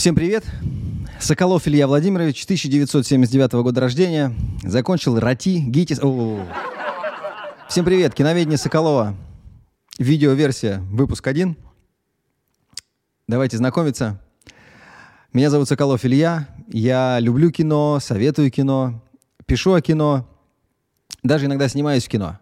Всем привет! Соколов Илья Владимирович, 1979 года рождения. Закончил РАТИ, ГИТИС... Всем привет! Киноведение Соколова. Видеоверсия, выпуск 1. Давайте знакомиться. Меня зовут Соколов Илья. Я люблю кино, советую кино, пишу о кино, даже иногда снимаюсь в кино.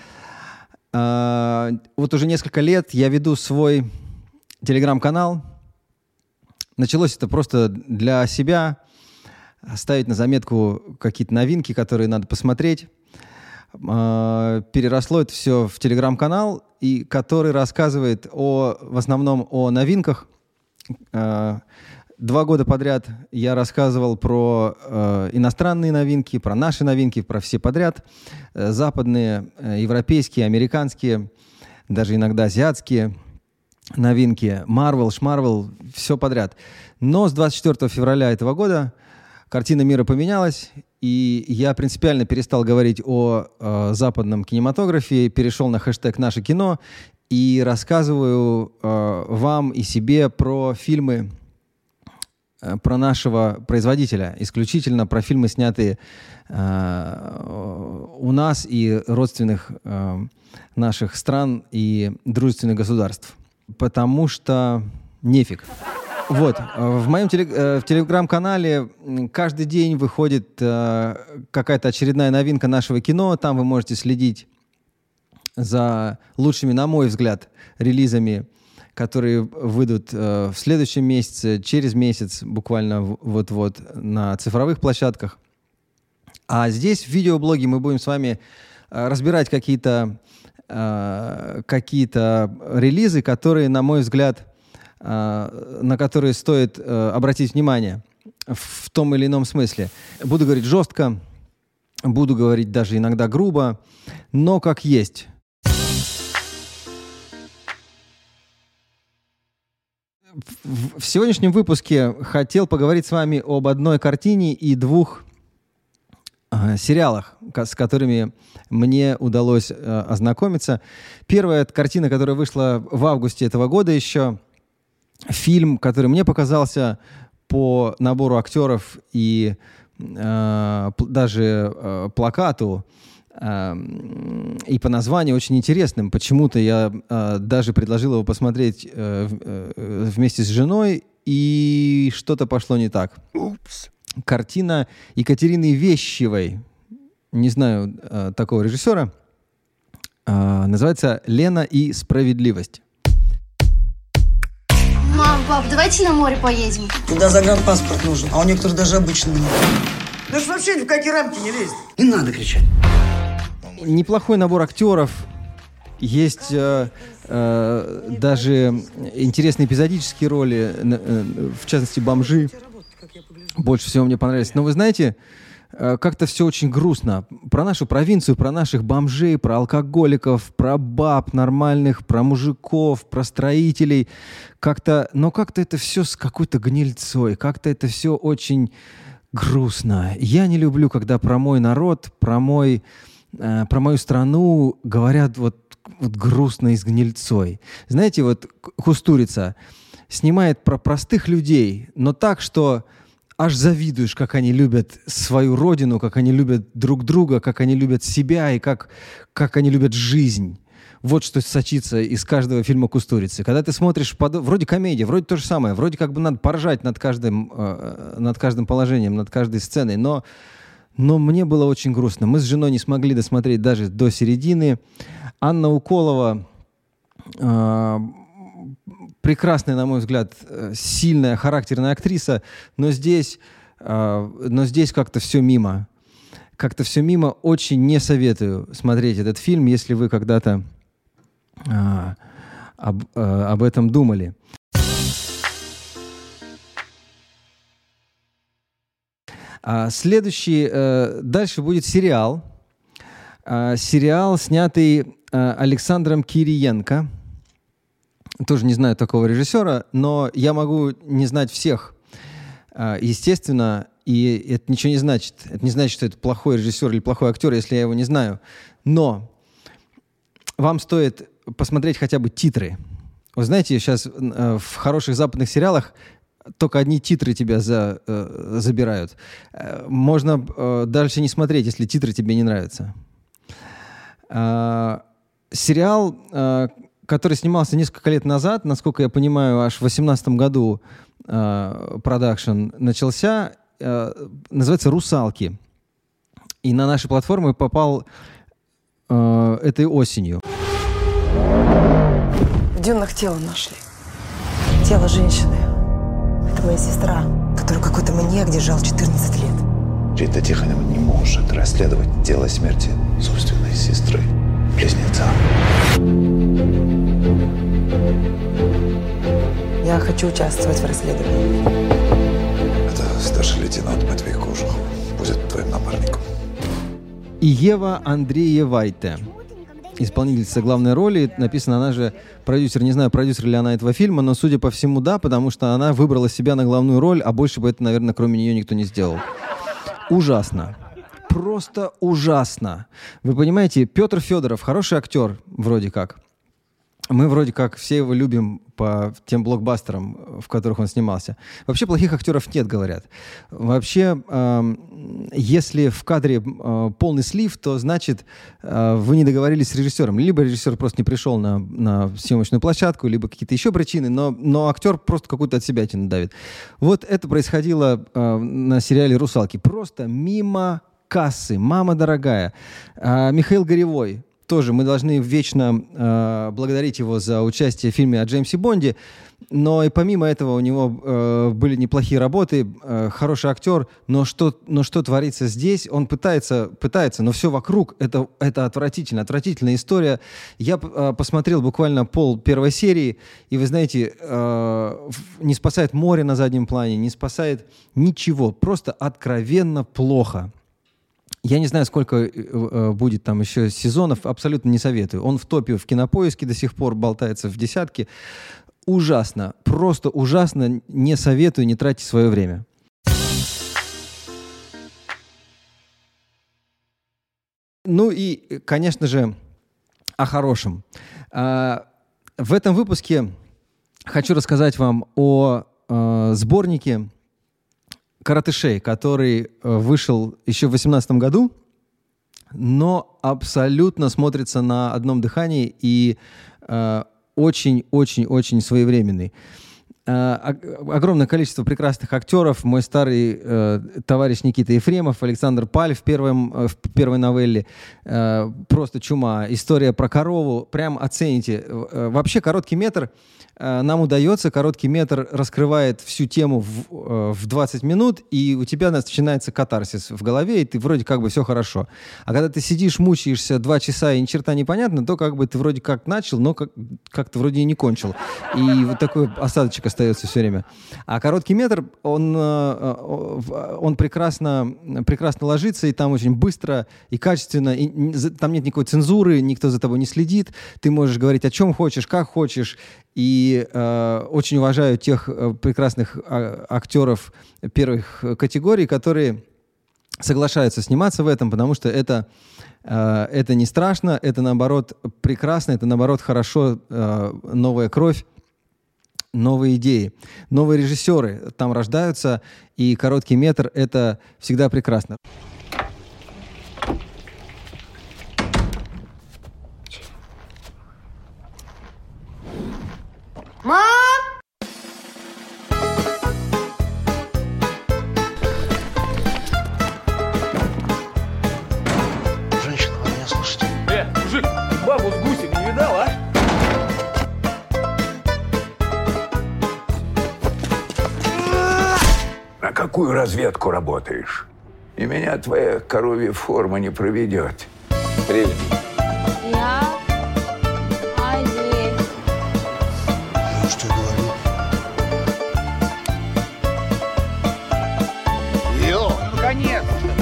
Вот уже несколько лет я веду свой телеграм-канал. Началось это просто для себя, ставить на заметку какие-то новинки, которые надо посмотреть. Переросло это все в телеграм-канал, и который рассказывает в основном о новинках. 2 года подряд я рассказывал про иностранные новинки, про наши новинки, про все подряд. Западные, европейские, американские, даже иногда азиатские новинки, Marvel, Шмарвел, все подряд. Но с 24 февраля этого года картина мира поменялась, и я принципиально перестал говорить о западном кинематографе, перешел на хэштег «Наше кино» и рассказываю вам и себе про фильмы, про нашего производителя, исключительно про фильмы, снятые у нас и родственных наших стран и дружественных государств. Потому что нефиг. Вот. В моем телеграм-канале каждый день выходит какая-то очередная новинка нашего кино. Там вы можете следить за лучшими, на мой взгляд, релизами, которые выйдут в следующем месяце, через месяц, буквально вот-вот на цифровых площадках. А здесь в видеоблоге мы будем с вами разбирать какие-то релизы, которые, на мой взгляд, на которые стоит обратить внимание в том или ином смысле. Буду говорить жестко, буду говорить даже иногда грубо, но как есть. В сегодняшнем выпуске хотел поговорить с вами об одной картине и 2 сериалах, с которыми мне удалось ознакомиться. Первая картина, которая вышла в августе этого года еще, фильм, который мне показался по набору актеров и даже плакату и по названию очень интересным. Почему-то я даже предложил его посмотреть вместе с женой, и что-то пошло не так. Упс. Картина Екатерины Вещевой, не знаю такого режиссера, называется «Лена и справедливость». Мам, пап, давайте на море поедем. Туда загранпаспорт нужен, а у некоторых даже обычный нет. Да ж вообще ни в какие рамки не лезет. Не надо кричать. Неплохой набор актеров. Есть даже интересные эпизодические роли, в частности, бомжи. Больше всего мне понравились. Но вы знаете, как-то все очень грустно. Про нашу провинцию, про наших бомжей, про алкоголиков, про баб нормальных, про мужиков, про строителей. Но как-то это все с какой-то гнильцой. Как-то это все очень грустно. Я не люблю, когда про мой народ, про мою страну говорят вот грустно и с гнильцой. Знаете, вот Кустурица снимает про простых людей, но так, что аж завидуешь, как они любят свою родину, как они любят друг друга, как они любят себя и как они любят жизнь. Вот что сочится из каждого фильма Кустурицы. Когда ты смотришь, вроде комедия, вроде то же самое, вроде как бы надо поржать над каждым положением, над каждой сценой, но мне было очень грустно. Мы с женой не смогли досмотреть даже до середины. Анна Уколова, прекрасная, на мой взгляд, сильная, характерная актриса, но здесь как-то все мимо. Как-то все мимо. Очень не советую смотреть этот фильм, если вы когда-то об этом думали. Следующий, дальше будет сериал. Сериал, снятый Александром Кириенко. Тоже не знаю такого режиссера, но я могу не знать всех, естественно, и это ничего не значит. Это не значит, что это плохой режиссер или плохой актер, если я его не знаю. Но вам стоит посмотреть хотя бы титры. Вы знаете, сейчас в хороших западных сериалах только одни титры тебя забирают. Можно дальше не смотреть, если титры тебе не нравятся. Сериал, который снимался несколько лет назад, насколько я понимаю, аж в 2018 году продакшн начался, называется «Русалки». И на наши платформы попал этой осенью. В дюнах тело нашли. Тело женщины. Это моя сестра, которую какой-то маньяк держал 14 лет. Рита Тихонова не может расследовать дело смерти собственной сестры, близнеца. Я хочу участвовать в расследовании. Это старший лейтенант Матвей Кожухов. Будет твоим напарником. И Ева Андреевайте, исполнительница главной роли. Написано, она же продюсер. Не знаю, продюсер ли она этого фильма, но, судя по всему, да, потому что она выбрала себя на главную роль, а больше бы это, наверное, кроме нее никто не сделал. Ужасно. Просто ужасно. Вы понимаете, Петр Федоров, хороший актер, вроде как. Мы вроде как все его любим по тем блокбастерам, в которых он снимался. Вообще плохих актеров нет, говорят. Вообще, если в кадре полный слив, то значит, вы не договорились с режиссером. Либо режиссер просто не пришел на съемочную площадку, либо какие-то еще причины, но актер просто какую-то от себя давит. Вот это происходило на сериале «Русалки». Просто мимо кассы. Мама дорогая. Михаил Горевой. Тоже мы должны вечно благодарить его за участие в фильме о Джеймсе Бонде, но и помимо этого у него были неплохие работы, хороший актер, но что творится здесь? Он пытается, но все вокруг это отвратительно, отвратительная история. Я посмотрел буквально пол первой серии, и вы знаете, не спасает море на заднем плане, не спасает ничего, просто откровенно плохо. Я не знаю, сколько будет там еще сезонов, абсолютно не советую. Он в топе в Кинопоиске до сих пор болтается в десятке. Ужасно, просто ужасно, не советую, не тратьте свое время. Ну и, конечно же, о хорошем. В этом выпуске хочу рассказать вам о сборнике «Каратышей», который вышел еще в 2018 году, но абсолютно смотрится на одном дыхании и очень-очень-очень своевременный. Огромное количество прекрасных актеров. Мой старый товарищ Никита Ефремов, Александр Паль в первой новелле. Просто чума. История про корову. Прям оцените. Вообще короткий метр нам удается. Короткий метр раскрывает всю тему в 20 минут, и у тебя начинается катарсис в голове, и ты вроде как бы все хорошо. А когда ты сидишь, мучаешься 2 часа, и ни черта непонятно, то как бы ты вроде как начал, но как-то вроде и не кончил. И вот такой осадочек остается все время. А короткий метр, он прекрасно ложится, и там очень быстро и качественно. И там нет никакой цензуры, никто за тобой не следит. Ты можешь говорить о чем хочешь, как хочешь. И очень уважаю тех прекрасных актеров первых категорий, которые соглашаются сниматься в этом, потому что это не страшно, это наоборот прекрасно, это наоборот хорошо, новая кровь, новые идеи, новые режиссеры там рождаются, и короткий метр — это всегда прекрасно. Мам! Женщина, вы меня слышите? Мужик, бабу с гусем не видал, а? На какую разведку работаешь? И меня твоя коровья форма не проведет. Привет. Я один. Что я говорю? Йо, наконец-то.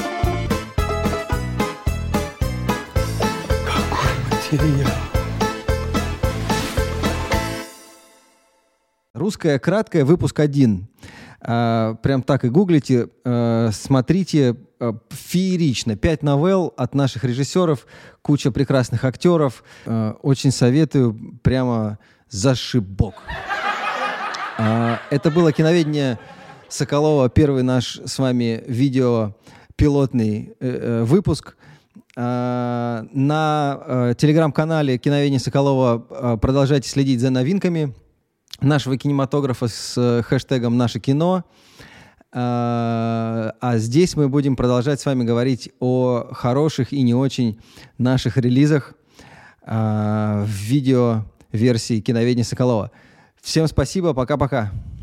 Русская краткая, выпуск 1. Прям так и гуглите, смотрите, феерично. 5 новелл от наших режиссеров, куча прекрасных актеров. Очень советую, прямо зашибок. Это было киноведение Соколова, первый наш с вами видео-пилотный выпуск. На телеграм-канале киноведение Соколова продолжайте следить за новинками нашего кинематографа с хэштегом «Наше кино». А здесь мы будем продолжать с вами говорить о хороших и не очень наших релизах в видео-версии киноведения Соколова. Всем спасибо, пока-пока.